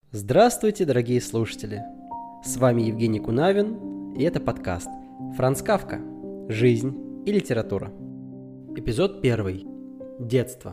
Здравствуйте, дорогие слушатели! С вами Евгений Кунавин, и это подкаст «Франц Кафка. Жизнь и литература». Эпизод 1. Детство.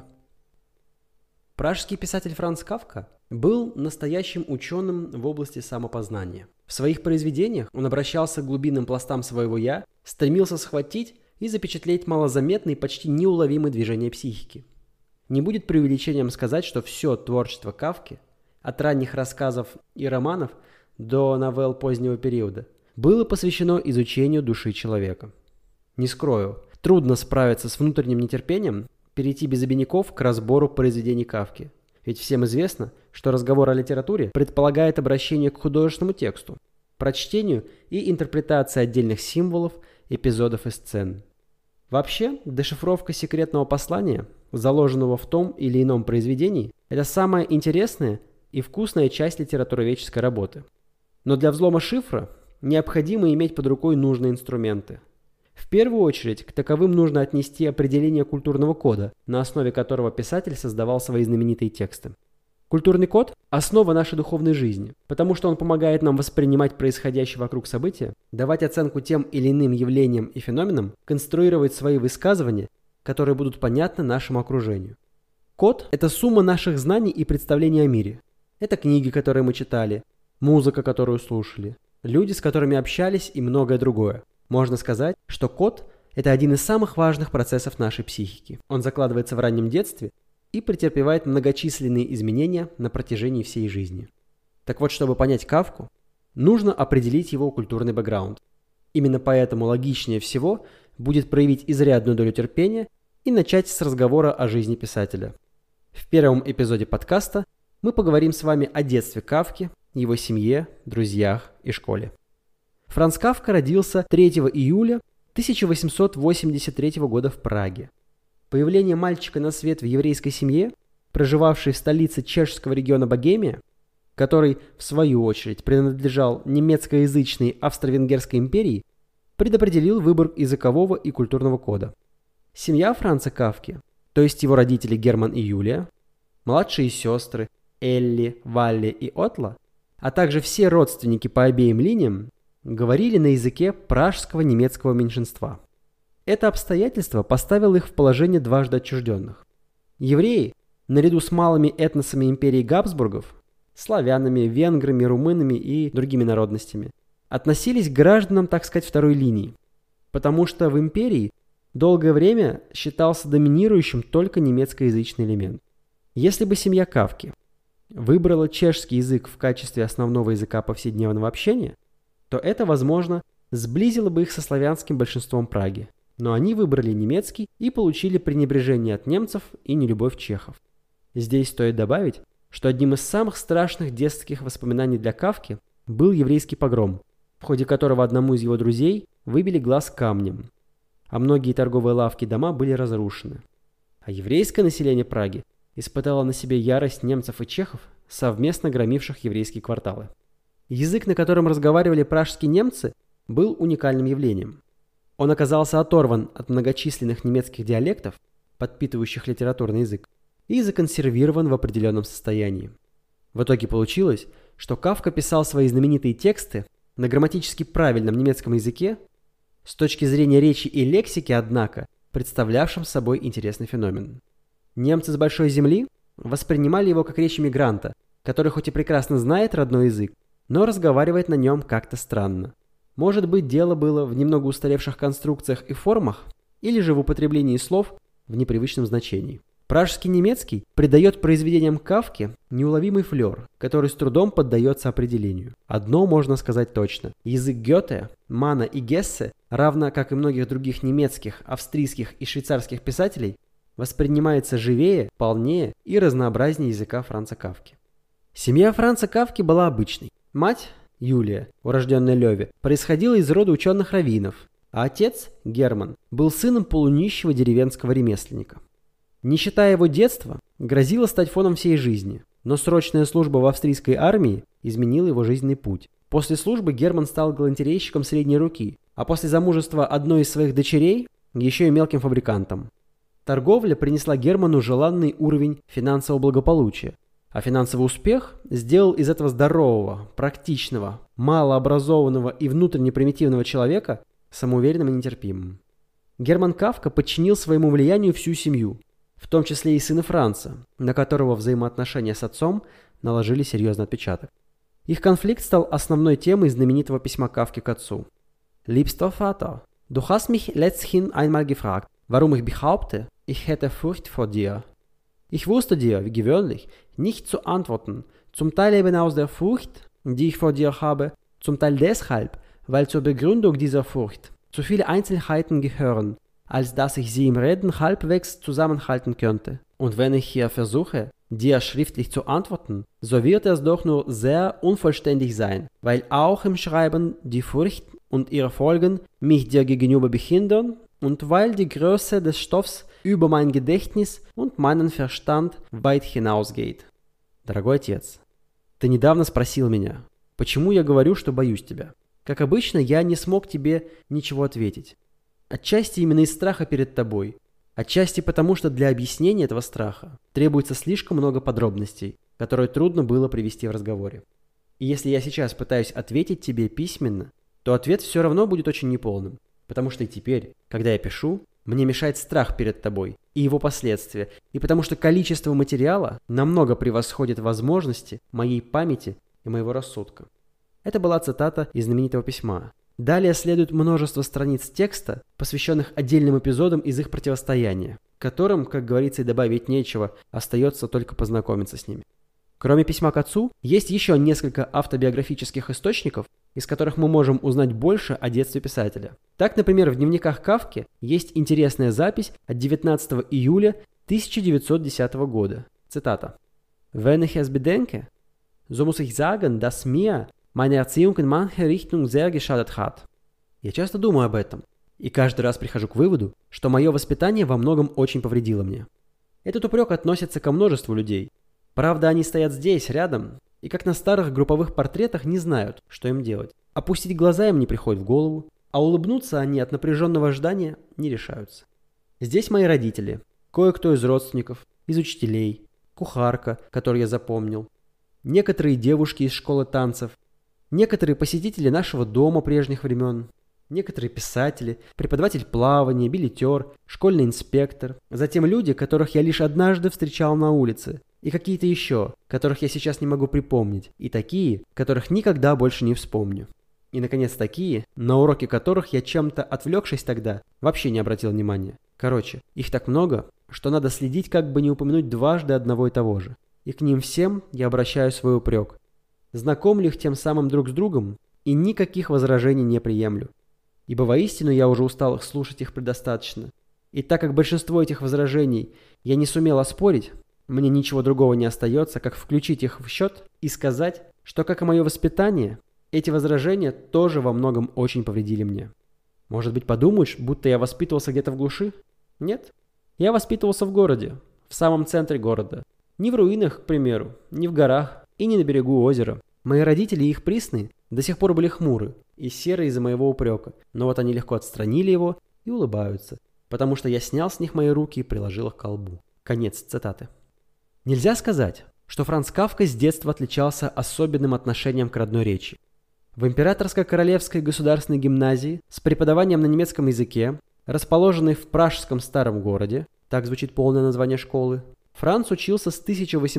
Пражский писатель Франц Кафка был настоящим ученым в области самопознания. В своих произведениях он обращался к глубинным пластам своего «я», стремился схватить и запечатлеть малозаметные, почти неуловимые движения психики. Не будет преувеличением сказать, что все творчество Кафки, от ранних рассказов и романов до новелл позднего периода, было посвящено изучению души человека. Не скрою, трудно справиться с внутренним нетерпением перейти без обиняков к разбору произведений Кафки. Ведь всем известно, что разговор о литературе предполагает обращение к художественному тексту, прочтению и интерпретации отдельных символов, эпизодов и сцен. Вообще, дешифровка секретного послания, заложенного в том или ином произведении, это самая интересная и вкусная часть литературоведческой работы. Но для взлома шифра необходимо иметь под рукой нужные инструменты. В первую очередь, к таковым нужно отнести определение культурного кода, на основе которого писатель создавал свои знаменитые тексты. Культурный код – основа нашей духовной жизни, потому что он помогает нам воспринимать происходящее вокруг события, давать оценку тем или иным явлениям и феноменам, конструировать свои высказывания, которые будут понятны нашему окружению. Код – это сумма наших знаний и представлений о мире. Это книги, которые мы читали, музыка, которую слушали, люди, с которыми общались и многое другое. Можно сказать, что код – это один из самых важных процессов нашей психики. Он закладывается в раннем детстве и претерпевает многочисленные изменения на протяжении всей жизни. Так вот, чтобы понять Кафку, нужно определить его культурный бэкграунд. Именно поэтому логичнее всего будет проявить изрядную долю терпения и начать с разговора о жизни писателя. В первом эпизоде подкаста мы поговорим с вами о детстве Кафки, его семье, друзьях и школе. Франц Кафка родился 3 июля 1883 года в Праге. Появление мальчика на свет в еврейской семье, проживавшей в столице чешского региона Богемия, который, в свою очередь, принадлежал немецкоязычной Австро-Венгерской империи, предопределил выбор языкового и культурного кода. Семья Франца Кафки, то есть его родители Герман и Юлия, младшие сестры Элли, Валли и Отла, а также все родственники по обеим линиям, говорили на языке пражского немецкого меньшинства. Это обстоятельство поставило их в положение дважды отчужденных. Евреи, наряду с малыми этносами империи Габсбургов, славянами, венграми, румынами и другими народностями, относились к гражданам, так сказать, второй линии, потому что в империи долгое время считался доминирующим только немецкоязычный элемент. Если бы семья Кафки выбрала чешский язык в качестве основного языка повседневного общения, то это, возможно, сблизило бы их со славянским большинством Праги. Но они выбрали немецкий и получили пренебрежение от немцев и нелюбовь чехов. Здесь стоит добавить, что одним из самых страшных детских воспоминаний для Кафки был еврейский погром, в ходе которого одному из его друзей выбили глаз камнем, а многие торговые лавки и дома были разрушены. А еврейское население Праги испытало на себе ярость немцев и чехов, совместно громивших еврейские кварталы. Язык, на котором разговаривали пражские немцы, был уникальным явлением. Он оказался оторван от многочисленных немецких диалектов, подпитывающих литературный язык, и законсервирован в определенном состоянии. В итоге получилось, что Кафка писал свои знаменитые тексты на грамматически правильном немецком языке, с точки зрения речи и лексики, однако, представлявшим собой интересный феномен. Немцы с Большой Земли воспринимали его как речь мигранта, который хоть и прекрасно знает родной язык, но разговаривает на нем как-то странно. Может быть, дело было в немного устаревших конструкциях и формах, или же в употреблении слов в непривычном значении. Пражский немецкий придает произведениям Кафки неуловимый флер, который с трудом поддается определению. Одно можно сказать точно. Язык Гёте, Манна и Гессе, равно как и многих других немецких, австрийских и швейцарских писателей, воспринимается живее, полнее и разнообразнее языка Франца Кафки. Семья Франца Кафки была обычной. Мать, Юлия, урожденная Лёве, происходила из рода ученых-раввинов, а отец, Герман, был сыном полунищего деревенского ремесленника. Нищета его детства грозила стать фоном всей жизни, но срочная служба в австрийской армии изменила его жизненный путь. После службы Герман стал галантерейщиком средней руки, а после замужества одной из своих дочерей еще и мелким фабрикантом. Торговля принесла Герману желанный уровень финансового благополучия, А финансовый успех сделал из этого здорового, практичного, малообразованного и внутренне примитивного человека самоуверенным и нетерпимым. Герман Кафка подчинил своему влиянию всю семью, в том числе и сына Франца, на которого взаимоотношения с отцом наложили серьезный отпечаток. Их конфликт стал основной темой знаменитого письма Кафки к отцу. «Liebster Vater, du hast mich letzthin einmal gefragt, warum ich behaupte, ich hätte Furcht vor dir. Ich wusste dir, wie gewöhnlich, nicht zu antworten, zum Teil eben aus der Furcht, die ich vor dir habe, zum Teil deshalb, weil zur Begründung dieser Furcht zu viele Einzelheiten gehören, als dass ich sie im Reden halbwegs zusammenhalten könnte. Und wenn ich hier versuche, dir schriftlich zu antworten, so wird es doch nur sehr unvollständig sein, weil auch im Schreiben die Furcht und ihre Folgen mich dir gegenüber behindern und weil die Größe des Stoffs über mein Gedächtnis und meinen Verstand weit hinausgeht. Дорогой отец, ты недавно спросил меня, почему я говорю, что боюсь тебя. Как обычно, я не смог тебе ничего ответить. Отчасти именно из страха перед тобой, отчасти потому, что для объяснения этого страха требуется слишком много подробностей, которые трудно было привести в разговоре. И если я сейчас пытаюсь ответить тебе письменно, то ответ все равно будет очень неполным, потому что и теперь, когда я пишу, мне мешает страх перед тобой и его последствия, и потому что количество материала намного превосходит возможности моей памяти и моего рассудка. Это была цитата из знаменитого письма. Далее следует множество страниц текста, посвященных отдельным эпизодам из их противостояния, которым, как говорится, и добавить нечего, остается только познакомиться с ними. Кроме письма к отцу, есть еще несколько автобиографических источников, из которых мы можем узнать больше о детстве писателя. Так, например, в дневниках Кафки есть интересная запись от 19 июля 1910 года. Цитата. «Wenn ich es bedenke, so muss ich sagen, dass mir meine Erziehung in mancher Richtung sehr geschadet hat». Я часто думаю об этом, и каждый раз прихожу к выводу, что мое воспитание во многом очень повредило мне. Этот упрек относится ко множеству людей. Правда, они стоят здесь, рядом, и как на старых групповых портретах не знают, что им делать. Опустить глаза им не приходит в голову, а улыбнуться они от напряженного ожидания не решаются. Здесь мои родители, кое-кто из родственников, из учителей, кухарка, которую я запомнил, некоторые девушки из школы танцев, некоторые посетители нашего дома прежних времен, некоторые писатели, преподаватель плавания, билетер, школьный инспектор, затем люди, которых я лишь однажды встречал на улице, и какие-то еще, которых я сейчас не могу припомнить, и такие, которых никогда больше не вспомню. И, наконец, такие, на уроке которых я чем-то отвлекшись тогда, вообще не обратил внимания. Короче, их так много, что надо следить, как бы не упомянуть дважды одного и того же. И к ним всем я обращаю свой упрек. Знакомлю их тем самым друг с другом, и никаких возражений не приемлю. Ибо воистину я уже устал слушать их предостаточно. И так как большинство этих возражений я не сумел оспорить, мне ничего другого не остается, как включить их в счет и сказать, что, как и мое воспитание, эти возражения тоже во многом очень повредили мне. Может быть, подумаешь, будто я воспитывался где-то в глуши? Нет. Я воспитывался в городе, в самом центре города. Не в руинах, к примеру, не в горах и не на берегу озера. Мои родители и их присные до сих пор были хмуры и серы из-за моего упрека, но вот они легко отстранили его и улыбаются, потому что я снял с них мои руки и приложил их к колбу. Конец цитаты. Нельзя сказать, что Франц Кафка с детства отличался особенным отношением к родной речи. В Императорско-Королевской государственной гимназии с преподаванием на немецком языке, расположенной в Пражском старом городе, так звучит полное название школы, Франц учился с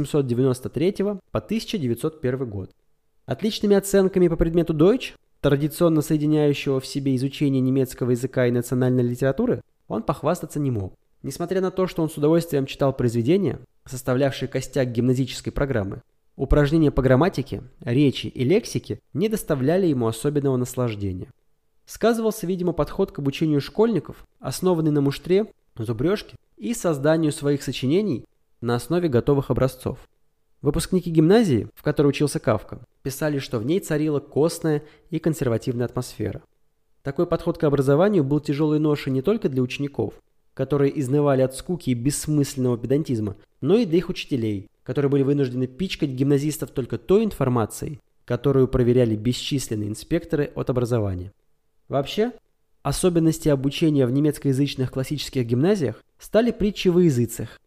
1893 по 1901 год. Отличными оценками по предмету Deutsch, традиционно соединяющего в себе изучение немецкого языка и национальной литературы, он похвастаться не мог. Несмотря на то, что он с удовольствием читал произведения, составлявшие костяк гимназической программы, упражнения по грамматике, речи и лексике не доставляли ему особенного наслаждения. Сказывался, видимо, подход к обучению школьников, основанный на муштре, зубрежке и созданию своих сочинений на основе готовых образцов. Выпускники гимназии, в которой учился Кафка, писали, что в ней царила костная и консервативная атмосфера. Такой подход к образованию был тяжелой ношей не только для учеников, которые изнывали от скуки и бессмысленного педантизма, но и для их учителей, которые были вынуждены пичкать гимназистов только той информацией, которую проверяли бесчисленные инспекторы от образования. Вообще, особенности обучения в немецкоязычных классических гимназиях стали притчей во языцах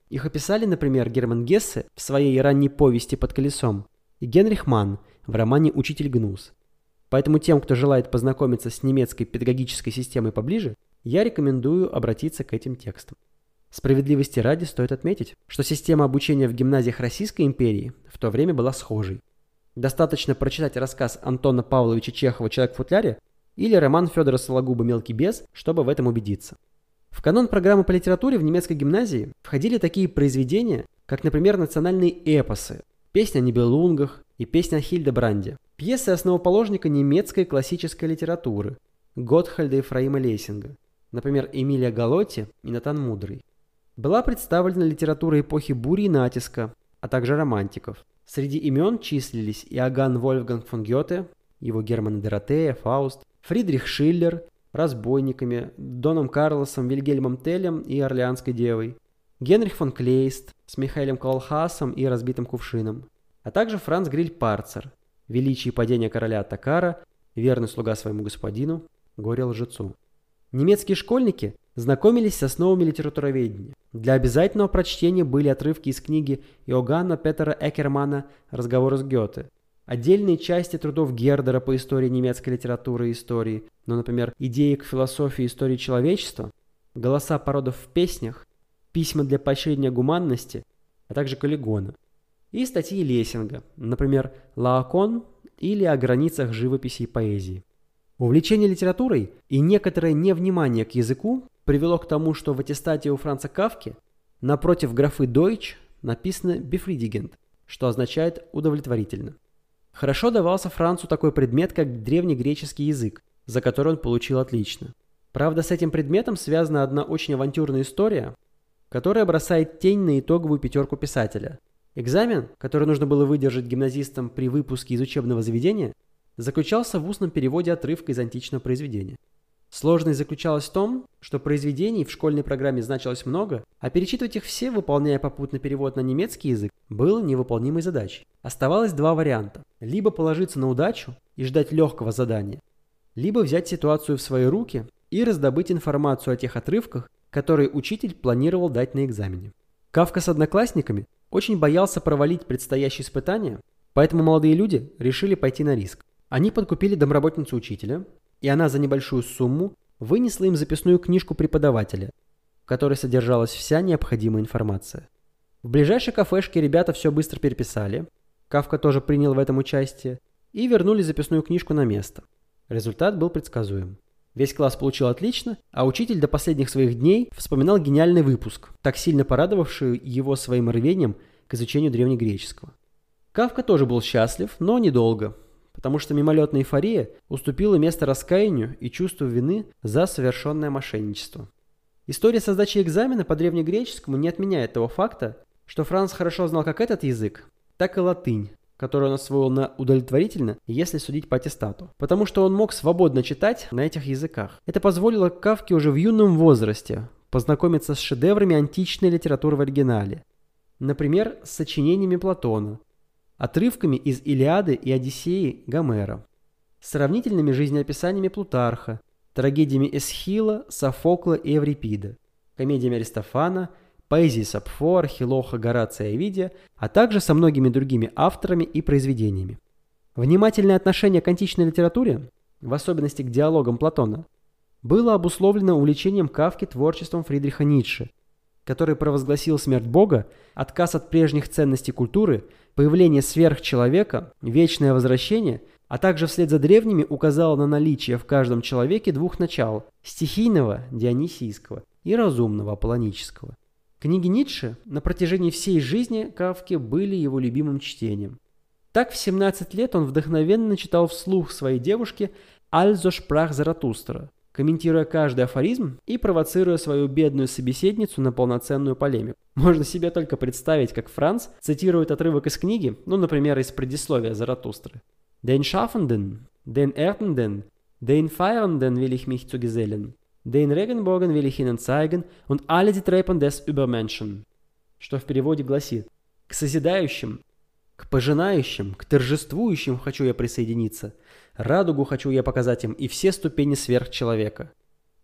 Их описали, например, Герман Гессе в своей ранней повести «Под колесом» и Генрих Манн в романе «Учитель Гнус». Поэтому тем, кто желает познакомиться с немецкой педагогической системой поближе, я рекомендую обратиться к этим текстам. Справедливости ради стоит отметить, что система обучения в гимназиях Российской империи в то время была схожей. Достаточно прочитать рассказ Антона Павловича Чехова «Человек в футляре» или роман Федора Сологуба «Мелкий бес», чтобы в этом убедиться. В канон программы по литературе в немецкой гимназии входили такие произведения, как, например, национальные эпосы, песня о Нибелунгах и песня о Хильдебранде, пьесы основоположника немецкой классической литературы Готхальда Ефраима Лессинга, например, Эмилия Галотти и Натан Мудрый. Была представлена литература эпохи бури и натиска, а также романтиков. Среди имен числились Иоганн Вольфганг фон Гёте, его Герман и Доротея, Фауст, Фридрих Шиллер, разбойниками, Доном Карлосом, Вильгельмом Теллем и Орлеанской девой, Генрих фон Клейст с Михаилом Калхасом и разбитым кувшином, а также Франц Гриль Парцер, «Величие и падение короля Оттокара», «Верный слуга своему господину», «Горе лжецу». Немецкие школьники знакомились с основами литературоведения. Для обязательного прочтения были отрывки из книги Иоганна Петера Эккермана «Разговоры с Гёте», отдельные части трудов Гердера по истории немецкой литературы и истории, например, «Идеи к философии истории человечества», «Голоса породов в песнях», «Письма для поощрения гуманности», а также «Каллигона». И статьи Лессинга, например, «Лаокон» или «О границах живописи и поэзии». Увлечение литературой и некоторое невнимание к языку привело к тому, что в аттестате у Франца Кафки напротив графы «Deutsch» написано «befriedigend», что означает «удовлетворительно». Хорошо давался Францу такой предмет, как древнегреческий язык, за который он получил отлично. Правда, с этим предметом связана одна очень авантюрная история, которая бросает тень на итоговую пятерку писателя. Экзамен, который нужно было выдержать гимназистам при выпуске из учебного заведения, заключался в устном переводе отрывка из античного произведения. Сложность заключалась в том, что произведений в школьной программе значилось много, а перечитывать их все, выполняя попутный перевод на немецкий язык, было невыполнимой задачей. Оставалось два варианта. Либо положиться на удачу и ждать легкого задания, либо взять ситуацию в свои руки и раздобыть информацию о тех отрывках, которые учитель планировал дать на экзамене. Кафка с одноклассниками очень боялся провалить предстоящее испытание, поэтому молодые люди решили пойти на риск. Они подкупили домработницу учителя, и она за небольшую сумму вынесла им записную книжку преподавателя, в которой содержалась вся необходимая информация. В ближайшей кафешке ребята все быстро переписали, Кафка тоже принял в этом участие, и вернули записную книжку на место. Результат был предсказуем. Весь класс получил отлично, а учитель до последних своих дней вспоминал гениальный выпуск, так сильно порадовавший его своим рвением к изучению древнегреческого. Кафка тоже был счастлив, но недолго, потому что мимолетная эйфория уступила место раскаянию и чувству вины за совершенное мошенничество. История со сдачей экзамена по древнегреческому не отменяет того факта, что Франц хорошо знал как этот язык, так и латынь, которую он освоил на удовлетворительно, если судить по аттестату, потому что он мог свободно читать на этих языках. Это позволило Кафке уже в юном возрасте познакомиться с шедеврами античной литературы в оригинале, например, с сочинениями Платона, отрывками из Илиады и Одиссеи Гомера, сравнительными жизнеописаниями Плутарха, трагедиями Эсхила, Софокла и Эврипида, комедиями Аристофана, поэзией Сапфо, Архилоха, Горация и Овидия, а также со многими другими авторами и произведениями. Внимательное отношение к античной литературе, в особенности к диалогам Платона, было обусловлено увлечением Кафки творчеством Фридриха Ницше, который провозгласил смерть Бога, отказ от прежних ценностей культуры, появление сверхчеловека, вечное возвращение, а также вслед за древними указал на наличие в каждом человеке двух начал – стихийного, дионисийского, и разумного, аполлонического. Книги Ницше на протяжении всей жизни Кафки были его любимым чтением. Так в 17 лет он вдохновенно читал вслух своей девушке «Also sprach Заратустра», комментируя каждый афоризм и провоцируя свою бедную собеседницу на полноценную полемику. Можно себе только представить, как Франц цитирует отрывок из книги, например, из предисловия Заратустры. «Den Schaffenden, den Erdenden, den Feiernden will ich mich zu gesellen. Den Regenbogen will ich ihnen zeigen und alle die Treppen des Übermenschen», что в переводе гласит «К созидающим, к пожинающим, к торжествующим хочу я присоединиться, радугу хочу я показать им и все ступени сверхчеловека».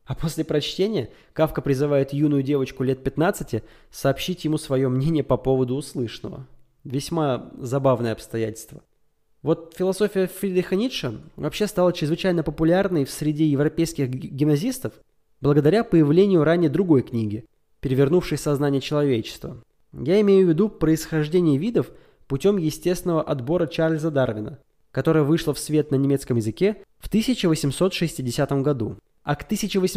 А после прочтения Кафка призывает юную девочку лет 15 сообщить ему свое мнение по поводу услышанного. Весьма забавное обстоятельство. Вот философия Фридриха Ницше вообще стала чрезвычайно популярной в среде европейских гимназистов благодаря появлению ранее другой книги, перевернувшей сознание человечества. Я имею в виду «Происхождение видов путем естественного отбора» Чарльза Дарвина, которая вышла в свет на немецком языке в 1860 году. А к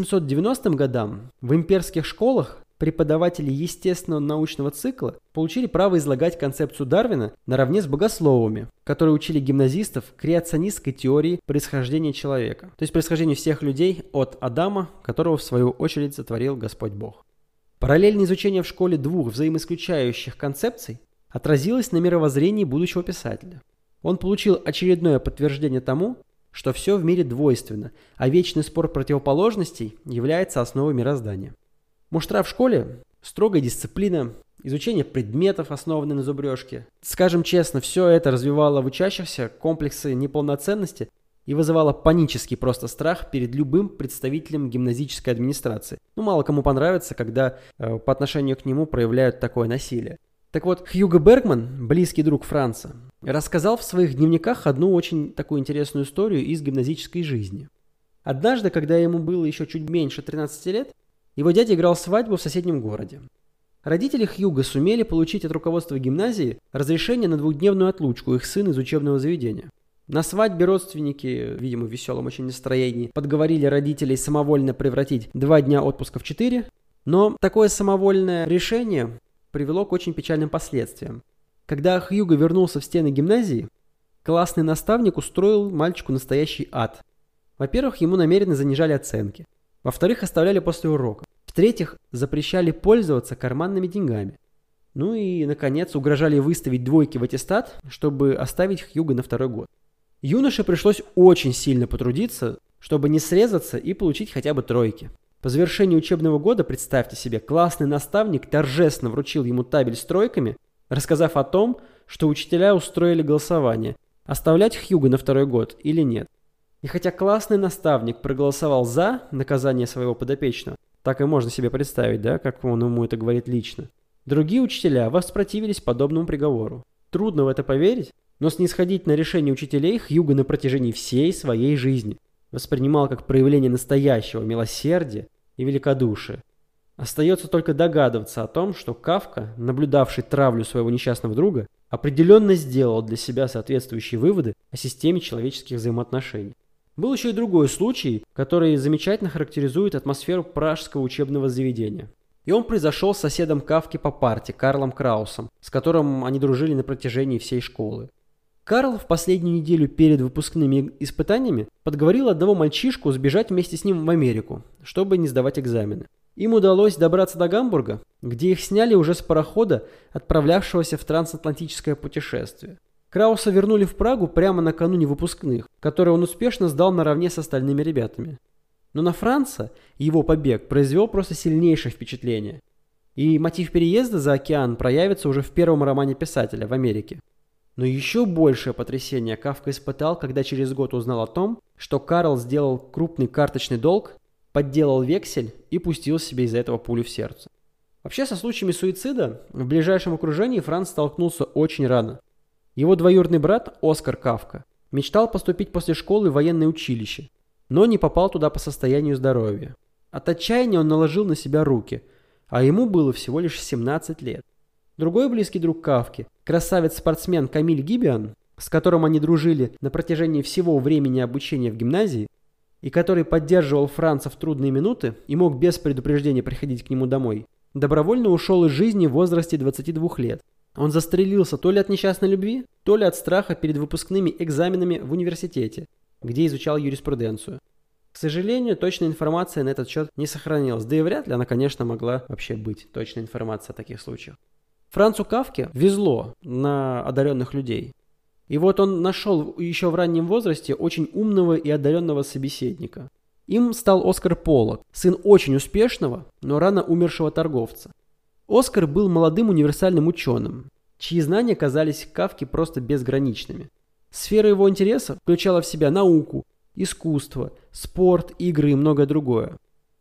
1890 годам в имперских школах преподаватели естественного научного цикла получили право излагать концепцию Дарвина наравне с богословами, которые учили гимназистов креационистской теории происхождения человека, то есть происхождению всех людей от Адама, которого в свою очередь сотворил Господь Бог. Параллельное изучение в школе двух взаимоисключающих концепций отразилось на мировоззрении будущего писателя. Он получил очередное подтверждение тому, что все в мире двойственно, а вечный спор противоположностей является основой мироздания. Муштра в школе, строгая дисциплина, изучение предметов, основанных на зубрежке. Скажем честно, все это развивало в учащихся комплексы неполноценности и вызывало панический просто страх перед любым представителем гимназической администрации. Мало кому понравится, когда по отношению к нему проявляют такое насилие. Так вот, Хьюго Бергман, близкий друг Франца, рассказал в своих дневниках одну очень такую интересную историю из гимназической жизни. Однажды, когда ему было еще чуть меньше 13 лет, его дядя играл свадьбу в соседнем городе. Родители Хьюго сумели получить от руководства гимназии разрешение на двухдневную отлучку их сына из учебного заведения. На свадьбе родственники, видимо, в веселом очень настроении, подговорили родителей самовольно превратить 2 дня отпуска в 4, но такое самовольное решение привело к очень печальным последствиям. Когда Хьюго вернулся в стены гимназии, классный наставник устроил мальчику настоящий ад. Во-первых, ему намеренно занижали оценки. Во-вторых, оставляли после урока. В-третьих, запрещали пользоваться карманными деньгами. Ну и, наконец, угрожали выставить двойки в аттестат, чтобы оставить Хьюго на 2-й год. Юноше пришлось очень сильно потрудиться, чтобы не срезаться и получить хотя бы 3. По завершении учебного года, представьте себе, классный наставник торжественно вручил ему табель с 3, рассказав о том, что учителя устроили голосование, оставлять Хьюго на 2-й год или нет. И хотя классный наставник проголосовал за наказание своего подопечного, так и можно себе представить, да, как он ему это говорит лично, другие учителя воспротивились подобному приговору. Трудно в это поверить, но снисходительное решение учителей Хьюго на протяжении всей своей жизни воспринимал как проявление настоящего милосердия и великодушия. Остается только догадываться о том, что Кафка, наблюдавший травлю своего несчастного друга, определенно сделал для себя соответствующие выводы о системе человеческих взаимоотношений. Был еще и другой случай, который замечательно характеризует атмосферу пражского учебного заведения. И он произошел с соседом Кафки по парте, Карлом Краусом, с которым они дружили на протяжении всей школы. Карл в последнюю неделю перед выпускными испытаниями подговорил одного мальчишку сбежать вместе с ним в Америку, чтобы не сдавать экзамены. Им удалось добраться до Гамбурга, где их сняли уже с парохода, отправлявшегося в трансатлантическое путешествие. Крауса вернули в Прагу прямо накануне выпускных, которые он успешно сдал наравне с остальными ребятами. Но на Франца его побег произвел просто сильнейшее впечатление. И мотив переезда за океан проявится уже в первом романе писателя в Америке. Но еще большее потрясение Кафка испытал, когда через год узнал о том, что Карл сделал крупный карточный долг, подделал вексель и пустил себе из-за этого пулю в сердце. Вообще, со случаями суицида в ближайшем окружении Франц столкнулся очень рано. Его двоюродный брат Оскар Кафка мечтал поступить после школы в военное училище, но не попал туда по состоянию здоровья. От отчаяния он наложил на себя руки, а ему было всего лишь 17 лет. Другой близкий друг Кафки, красавец-спортсмен Камиль Гибиан, с которым они дружили на протяжении всего времени обучения в гимназии, и который поддерживал Франца в трудные минуты и мог без предупреждения приходить к нему домой, добровольно ушел из жизни в возрасте 22 лет. Он застрелился то ли от несчастной любви, то ли от страха перед выпускными экзаменами в университете, где изучал юриспруденцию. К сожалению, точная информация на этот счет не сохранилась, да и вряд ли она, конечно, могла вообще быть, точная информация о таких случаях. Францу Кафке везло на одаренных людей. И вот он нашел еще в раннем возрасте очень умного и одаренного собеседника. Им стал Оскар Поллок, сын очень успешного, но рано умершего торговца. Оскар был молодым универсальным ученым, чьи знания казались Кафке просто безграничными. Сфера его интереса включала в себя науку, искусство, спорт, игры и многое другое.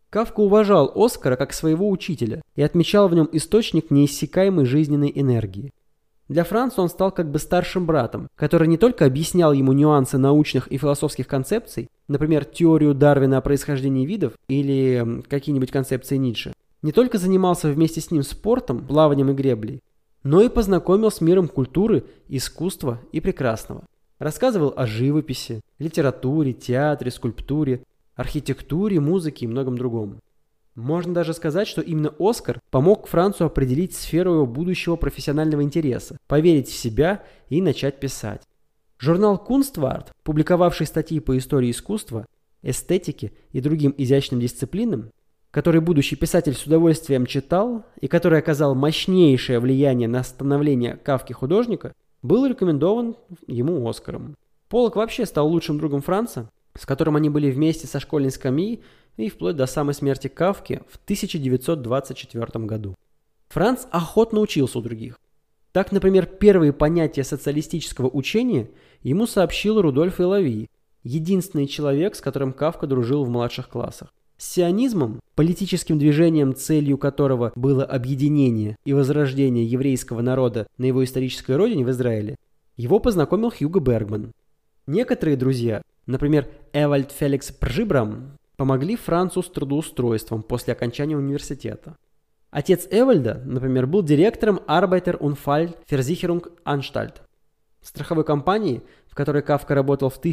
Кафка уважал Оскара как своего учителя и отмечал в нем источник неиссякаемой жизненной энергии. Для Франца он стал как бы старшим братом, который не только объяснял ему нюансы научных и философских концепций, например, теорию Дарвина о происхождении видов или какие-нибудь концепции Ницше, не только занимался вместе с ним спортом, плаванием и греблей, но и познакомил с миром культуры, искусства и прекрасного. Рассказывал о живописи, литературе, театре, скульптуре, архитектуре, музыке и многом другом. Можно даже сказать, что именно Оскар помог Францу определить сферу его будущего профессионального интереса, поверить в себя и начать писать. Журнал «Кунстварт», публиковавший статьи по истории искусства, эстетике и другим изящным дисциплинам, который будущий писатель с удовольствием читал и который оказал мощнейшее влияние на становление Кафки художника, был рекомендован ему Оскаром. Поллок вообще стал лучшим другом Франца, с которым они были вместе со школьной скамьи и вплоть до самой смерти Кафки в 1924 году. Франц охотно учился у других. Так, например, первые понятия социалистического учения ему сообщил Рудольф Элави, единственный человек, с которым Кафка дружил в младших классах. С сионизмом, политическим движением, целью которого было объединение и возрождение еврейского народа на его исторической родине в Израиле, его познакомил Хьюго Бергман. Некоторые друзья, например, Эвальд Феликс Пржибрам, помогли Францу с трудоустройством после окончания университета. Отец Эвальда, например, был директором Arbeiter-Unfall-Versicherung-Anstalt, страховой компании, в которой Кафка работал в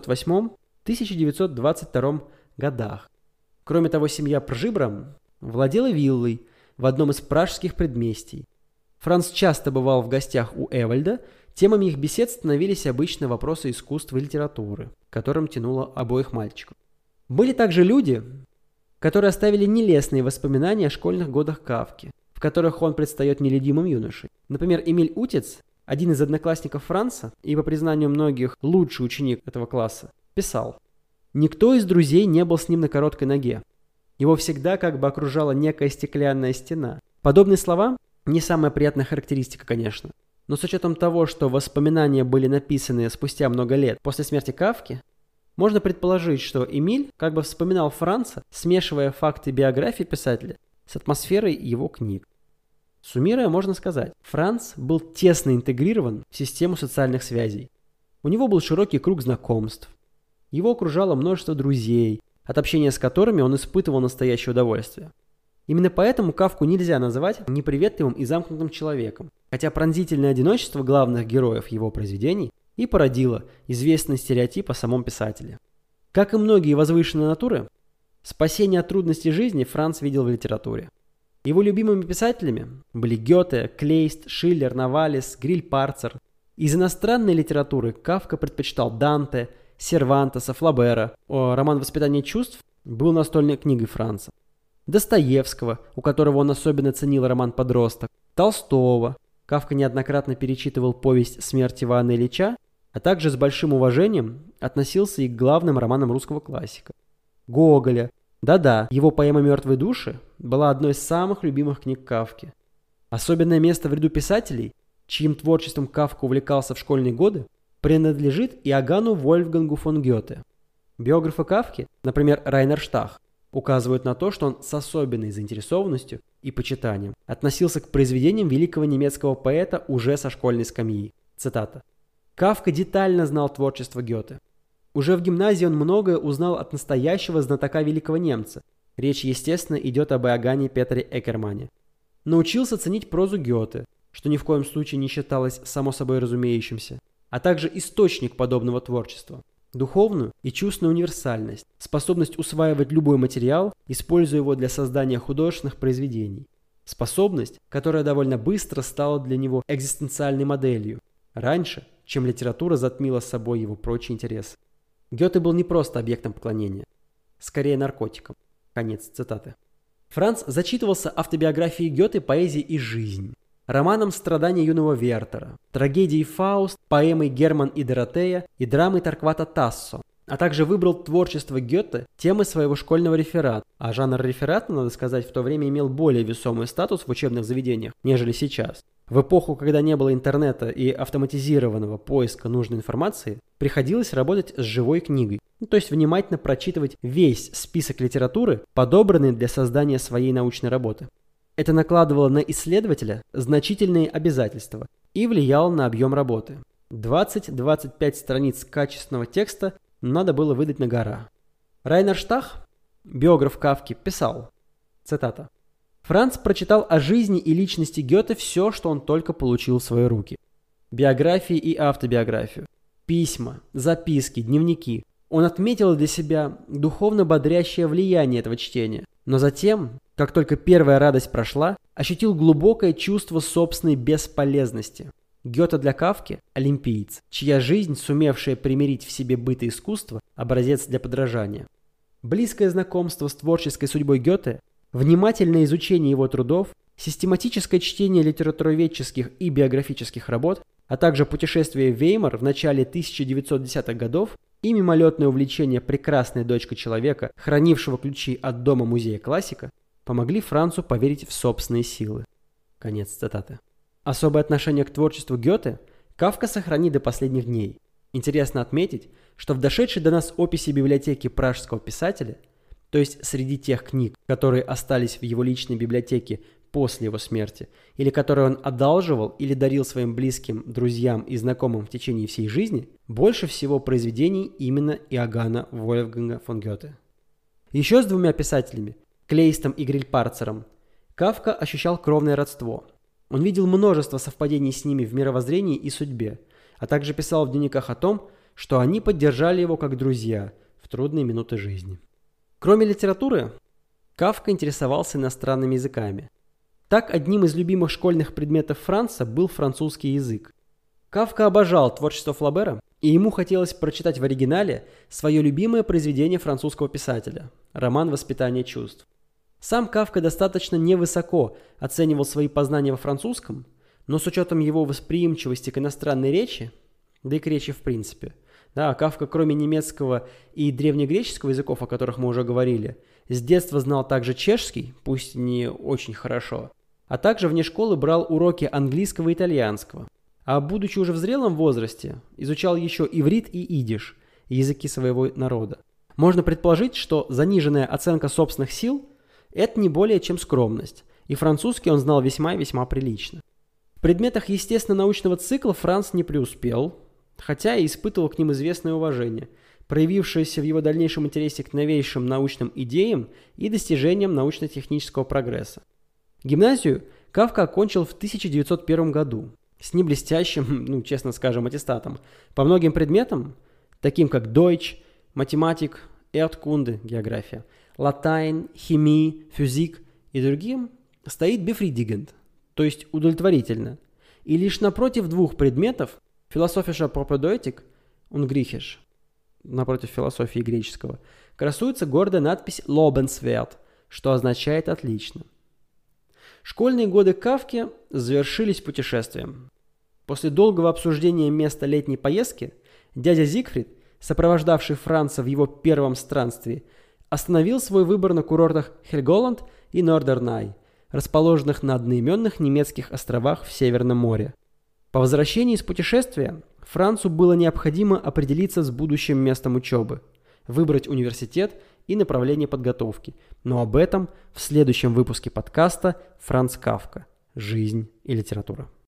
1908-1922 годах. Кроме того, семья Пржибрам владела виллой в одном из пражских предместий. Франц часто бывал в гостях у Эвальда, темами их бесед становились обычно вопросы искусства и литературы, к которым тянуло обоих мальчиков. Были также люди, которые оставили нелестные воспоминания о школьных годах Кафки, в которых он предстает нелюдимым юношей. Например, Эмиль Утец, один из одноклассников Франца и, по признанию многих, лучший ученик этого класса, писал: «Никто из друзей не был с ним на короткой ноге. Его всегда как бы окружала некая стеклянная стена». Подобные слова – не самая приятная характеристика, конечно. Но с учетом того, что воспоминания были написаны спустя много лет после смерти Кафки, можно предположить, что Эмиль как бы вспоминал Франца, смешивая факты биографии писателя с атмосферой его книг. Суммируя, можно сказать, Франц был тесно интегрирован в систему социальных связей. У него был широкий круг знакомств. Его окружало множество друзей, от общения с которыми он испытывал настоящее удовольствие. Именно поэтому Кафку нельзя называть неприветливым и замкнутым человеком, хотя пронзительное одиночество главных героев его произведений и породило известный стереотип о самом писателе. Как и многие возвышенные натуры, спасение от трудностей жизни Франц видел в литературе. Его любимыми писателями были Гёте, Клейст, Шиллер, Новалес, Гриль-Парцер. Из иностранной литературы Кафка предпочитал Данте, Сервантеса, Флабера. Роман «Воспитание чувств» был настольной книгой Франца. Достоевского, у которого он особенно ценил роман «Подросток», Толстого. Кафка неоднократно перечитывал повесть «Смерть Ивана Ильича», а также с большим уважением относился и к главным романам русского классика. Гоголя. Да-да, его поэма «Мертвые души» была одной из самых любимых книг Кафки. Особенное место в ряду писателей, чьим творчеством Кафка увлекался в школьные годы, принадлежит Иоганну Вольфгангу фон Гёте. Биографы Кафки, например, Райнер Штах, указывают на то, что он с особенной заинтересованностью и почитанием относился к произведениям великого немецкого поэта уже со школьной скамьи. Цитата. «Кафка детально знал творчество Гёте. Уже в гимназии он многое узнал от настоящего знатока великого немца. Речь, естественно, идет об Иоганне Петре Эккермане. Научился ценить прозу Гёте, что ни в коем случае не считалось само собой разумеющимся, а также источник подобного творчества. Духовную и чувственную универсальность, способность усваивать любой материал, используя его для создания художественных произведений. Способность, которая довольно быстро стала для него экзистенциальной моделью, раньше, чем литература затмила собой его прочие интересы. Гёте был не просто объектом поклонения, скорее наркотиком». Конец цитаты. Франц зачитывался автобиографией Гёте, поэзией и жизнь, романом «Страдания юного Вертера», трагедией «Фауст», поэмой «Герман и Доротея» и драмой Торквата Тассо, а также выбрал творчество Гёте темой своего школьного реферата. А жанр реферата, надо сказать, в то время имел более весомый статус в учебных заведениях, нежели сейчас. В эпоху, когда не было интернета и автоматизированного поиска нужной информации, приходилось работать с живой книгой, то есть внимательно прочитывать весь список литературы, подобранный для создания своей научной работы. Это накладывало на исследователя значительные обязательства и влияло на объем работы. 20-25 страниц качественного текста надо было выдать на гора. Райнер Штах, биограф Кафки, писал, цитата, «Франц прочитал о жизни и личности Гёте все, что он только получил в свои руки. Биографии и автобиографию, письма, записки, дневники. Он отметил для себя духовно бодрящее влияние этого чтения, но затем, как только первая радость прошла, ощутил глубокое чувство собственной бесполезности. Гёте для Кафки – олимпиец, чья жизнь, сумевшая примирить в себе быт и искусство, образец для подражания. Близкое знакомство с творческой судьбой Гёте, внимательное изучение его трудов, систематическое чтение литературоведческих и биографических работ, а также путешествие в Веймар в начале 1910-х годов и мимолетное увлечение прекрасной дочкой человека, хранившего ключи от дома музея классика, помогли Францу поверить в собственные силы». Конец цитаты. Особое отношение к творчеству Гёте Кафка сохранит до последних дней. Интересно отметить, что в дошедшей до нас описи библиотеки пражского писателя, то есть среди тех книг, которые остались в его личной библиотеке после его смерти, или которые он одалживал или дарил своим близким, друзьям и знакомым в течение всей жизни, больше всего произведений именно Иоганна Вольфганга фон Гёте. Еще с двумя писателями, Клейстом и Грильпарцером, Кафка ощущал кровное родство. Он видел множество совпадений с ними в мировоззрении и судьбе, а также писал в дневниках о том, что они поддержали его как друзья в трудные минуты жизни. Кроме литературы, Кафка интересовался иностранными языками. Так, одним из любимых школьных предметов Франца был французский язык. Кафка обожал творчество Флабера, и ему хотелось прочитать в оригинале свое любимое произведение французского писателя – роман «Воспитание чувств». Сам Кафка достаточно невысоко оценивал свои познания во французском, но с учетом его восприимчивости к иностранной речи, да и к речи в принципе, да, Кафка, кроме немецкого и древнегреческого языков, о которых мы уже говорили, с детства знал также чешский, пусть не очень хорошо, а также вне школы брал уроки английского и итальянского, а будучи уже в зрелом возрасте, изучал еще иврит и идиш, языки своего народа. Можно предположить, что заниженная оценка собственных сил – это не более чем скромность, и французский он знал весьма и весьма прилично. В предметах естественно-научного цикла Франц не преуспел, хотя и испытывал к ним известное уважение, проявившееся в его дальнейшем интересе к новейшим научным идеям и достижениям научно-технического прогресса. Гимназию Кафка окончил в 1901 году с неблестящим, честно скажем, аттестатом. По многим предметам, таким как Deutsch, математик, Erdkunde, география, латайн, химия, физик и другим, стоит befriedigend, то есть удовлетворительно. И лишь напротив двух предметов, philosophischer Propedeutik und Griechisch, напротив философии греческого, красуется гордая надпись Lobenswert, что означает «отлично». Школьные годы Кафки завершились путешествием. После долгого обсуждения места летней поездки, дядя Зигфрид, сопровождавший Франца в его первом странстве, остановил свой выбор на курортах Хельголанд и Нордернай, расположенных на одноименных немецких островах в Северном море. По возвращении из путешествия Францу было необходимо определиться с будущим местом учебы, выбрать университет и направление подготовки, но об этом в следующем выпуске подкаста «Франц Кафка. Жизнь и литература».